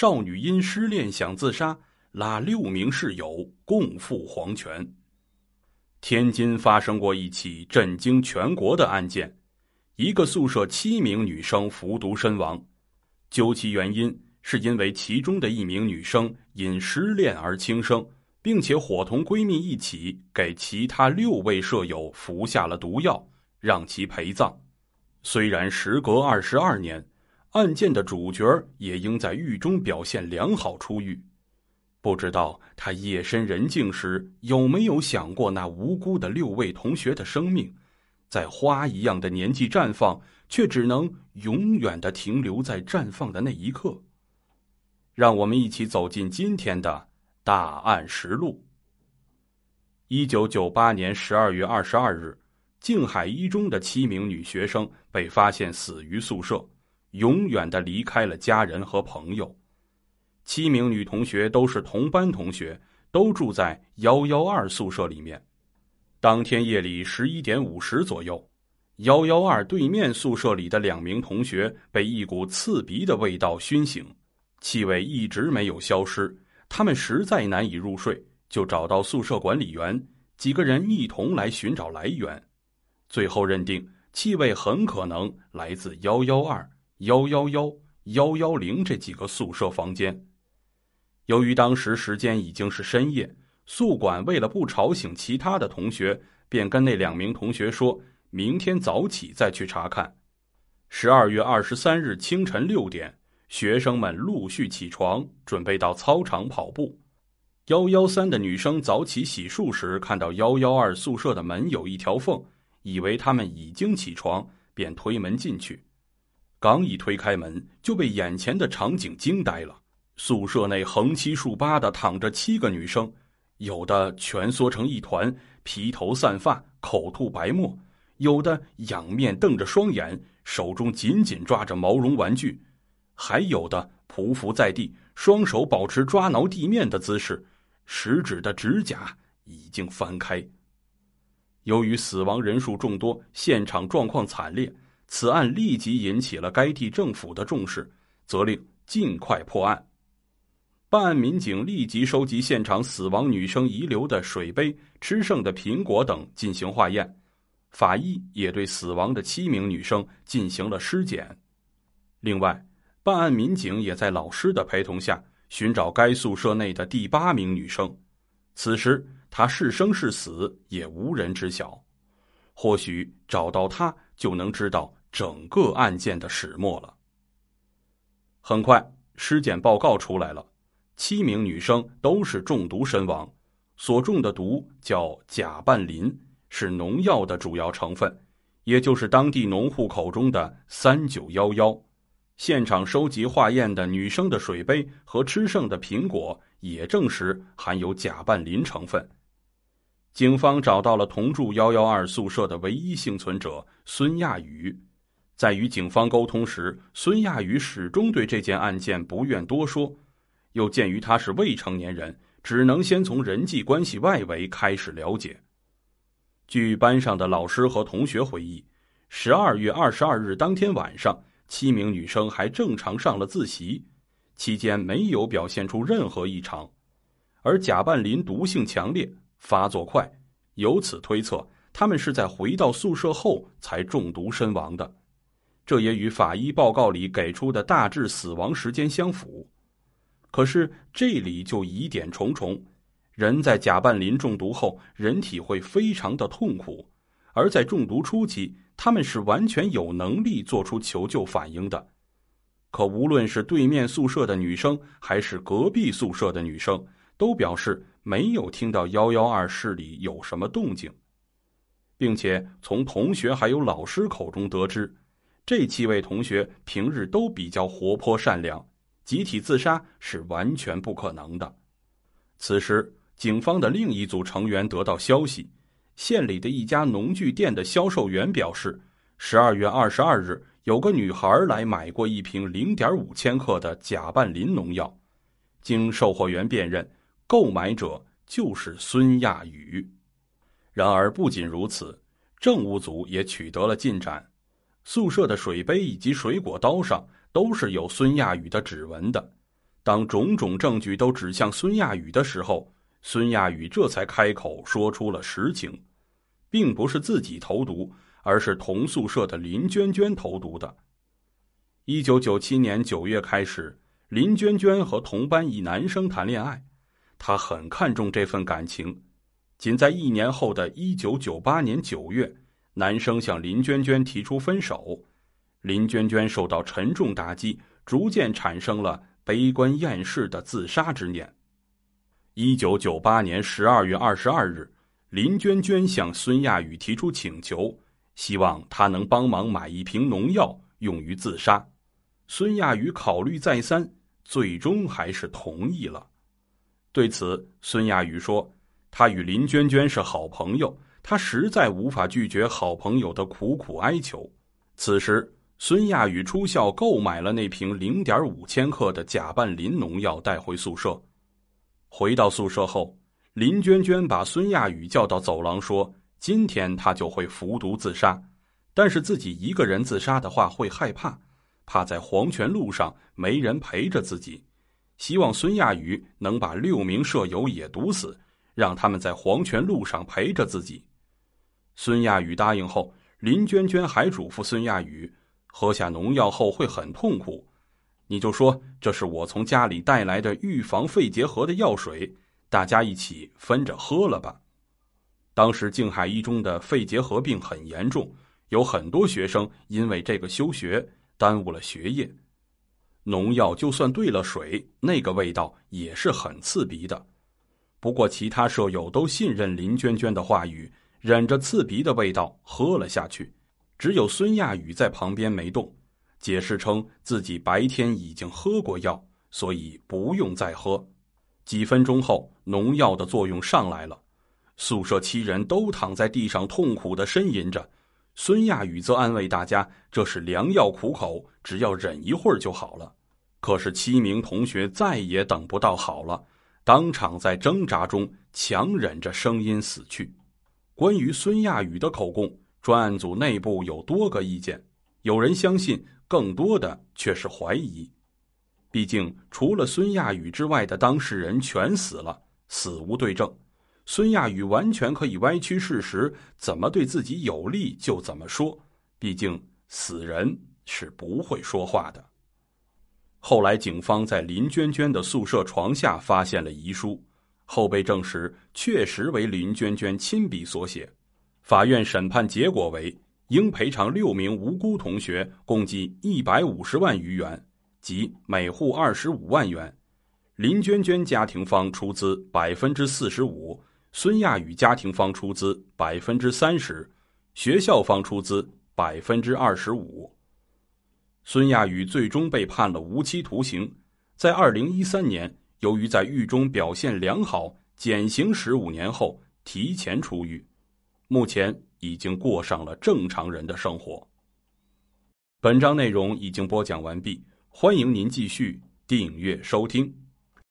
少女因失恋想自杀，拉6名室友共赴黄泉。天津发生过一起震惊全国的案件，一个宿舍7名女生服毒身亡，究其原因是因为其中的1名女生因失恋而轻生，并且伙同闺蜜一起给其他6位舍友服下了毒药，让其陪葬。虽然时隔22年，案件的主角也应在狱中表现良好出狱。不知道他夜深人静时有没有想过那无辜的6位同学的生命，在花一样的年纪绽放，却只能永远地停留在绽放的那一刻。让我们一起走进今天的大案实录。1998年12月22日，静海一中的7名女学生被发现死于宿舍，永远地离开了家人和朋友。7名女同学都是同班同学，都住在112宿舍里面。当天夜里11点50左右，112对面宿舍里的2名同学被一股刺鼻的味道熏醒，气味一直没有消失，他们实在难以入睡，就找到宿舍管理员，几个人一同来寻找来源。最后认定气味很可能来自112、111、110这几个宿舍房间。由于当时时间已经是深夜，宿管为了不吵醒其他的同学，便跟那2名同学说明天早起再去查看。12月23日清晨6点，学生们陆续起床，准备到操场跑步。113的女生早起洗漱时，看到112宿舍的门有一条缝，以为他们已经起床，便推门进去。刚一推开门，就被眼前的场景惊呆了。宿舍内横七竖八地躺着7个女生，有的蜷缩成一团，披头散发，口吐白沫；有的仰面瞪着双眼，手中紧紧抓着毛绒玩具；还有的匍匐在地，双手保持抓挠地面的姿势，食指的指甲已经翻开。由于死亡人数众多，现场状况惨烈，此案立即引起了该地政府的重视，责令尽快破案。办案民警立即收集现场死亡女生遗留的水杯、吃剩的苹果等进行化验，法医也对死亡的7名女生进行了尸检。另外，办案民警也在老师的陪同下寻找该宿舍内的第8名女生，此时她是生是死也无人知晓。或许找到她就能知道整个案件的始末了。很快，尸检报告出来了，7名女生都是中毒身亡，所中的毒叫甲拌磷，是农药的主要成分，也就是当地农户口中的3911。现场收集化验的女生的水杯和吃剩的苹果也证实含有甲拌磷成分。警方找到了同住112宿舍的唯一幸存者孙亚宇。在与警方沟通时，孙亚宇始终对这件案件不愿多说，又鉴于他是未成年人，只能先从人际关系外围开始了解。据班上的老师和同学回忆，12月22日当天晚上，7名女生还正常上了自习，期间没有表现出任何异常。而甲拌磷毒性强烈，发作快，由此推测她们是在回到宿舍后才中毒身亡的，这也与法医报告里给出的大致死亡时间相符。可是这里就疑点重重，人在甲拌磷中毒后，人体会非常的痛苦，而在中毒初期，他们是完全有能力做出求救反应的。可无论是对面宿舍的女生，还是隔壁宿舍的女生，都表示没有听到112室里有什么动静，并且从同学还有老师口中得知，这7位同学平日都比较活泼善良，集体自杀是完全不可能的。此时，警方的另一组成员得到消息，县里的一家农具店的销售员表示，12月22日有个女孩来买过一瓶0.5千克的甲拌磷农药，经售货员辨认，购买者就是孙亚宇。然而不仅如此，政务组也取得了进展，宿舍的水杯以及水果刀上都是有孙亚宇的指纹的， 当种种证据都指向孙亚宇的时候，孙亚宇这才开口说出了实情，并不是自己投毒，而是同宿舍的林娟娟投毒的。1997年9月开始，林娟娟和同班一男生谈恋爱，她很看重这份感情。仅在1年后的1998年9月，男生向林娟娟提出分手，林娟娟受到沉重打击，逐渐产生了悲观厌世的自杀之念。1998年12月22日，林娟娟向孙亚宇提出请求，希望他能帮忙买一瓶农药用于自杀。孙亚宇考虑再三，最终还是同意了。对此，孙亚宇说，他与林娟娟是好朋友，他实在无法拒绝好朋友的苦苦哀求。此时，孙亚宇出校购买了那瓶0.5千克的甲拌磷农药带回宿舍。回到宿舍后，林娟娟把孙亚宇叫到走廊说，今天他就会服毒自杀，但是自己一个人自杀的话会害怕，怕在黄泉路上没人陪着自己，希望孙亚宇能把6名舍友也毒死，让他们在黄泉路上陪着自己。孙亚宇答应后，林娟娟还嘱咐孙亚宇，喝下农药后会很痛苦，你就说这是我从家里带来的预防肺结核的药水，大家一起分着喝了吧。当时静海一中的肺结核病很严重，有很多学生因为这个休学，耽误了学业。农药就算兑了水，那个味道也是很刺鼻的。不过其他舍友都信任林娟娟的话语，忍着刺鼻的味道喝了下去，只有孙亚宇在旁边没动，解释称自己白天已经喝过药，所以不用再喝。几分钟后，农药的作用上来了，宿舍7人都躺在地上痛苦地呻吟着。孙亚宇则安慰大家，这是良药苦口，只要忍一会儿就好了。可是7名同学再也等不到好了，当场在挣扎中强忍着声音死去。关于孙亚宇的口供，专案组内部有多个意见，有人相信，更多的却是怀疑。毕竟除了孙亚宇之外的当事人全死了，死无对证，孙亚宇完全可以歪曲事实，怎么对自己有利就怎么说，毕竟死人是不会说话的。后来警方在林娟娟的宿舍床下发现了遗书，后被证实确实为林娟娟亲笔所写。法院审判结果为应赔偿6名无辜同学共计150万余元，即每户25万元。林娟娟家庭方出资45%，孙亚宇家庭方出资30%，学校方出资25%。孙亚宇最终被判了无期徒刑，在2013年，由于在狱中表现良好，减刑15年后提前出狱，目前已经过上了正常人的生活。本章内容已经播讲完毕，欢迎您继续订阅收听。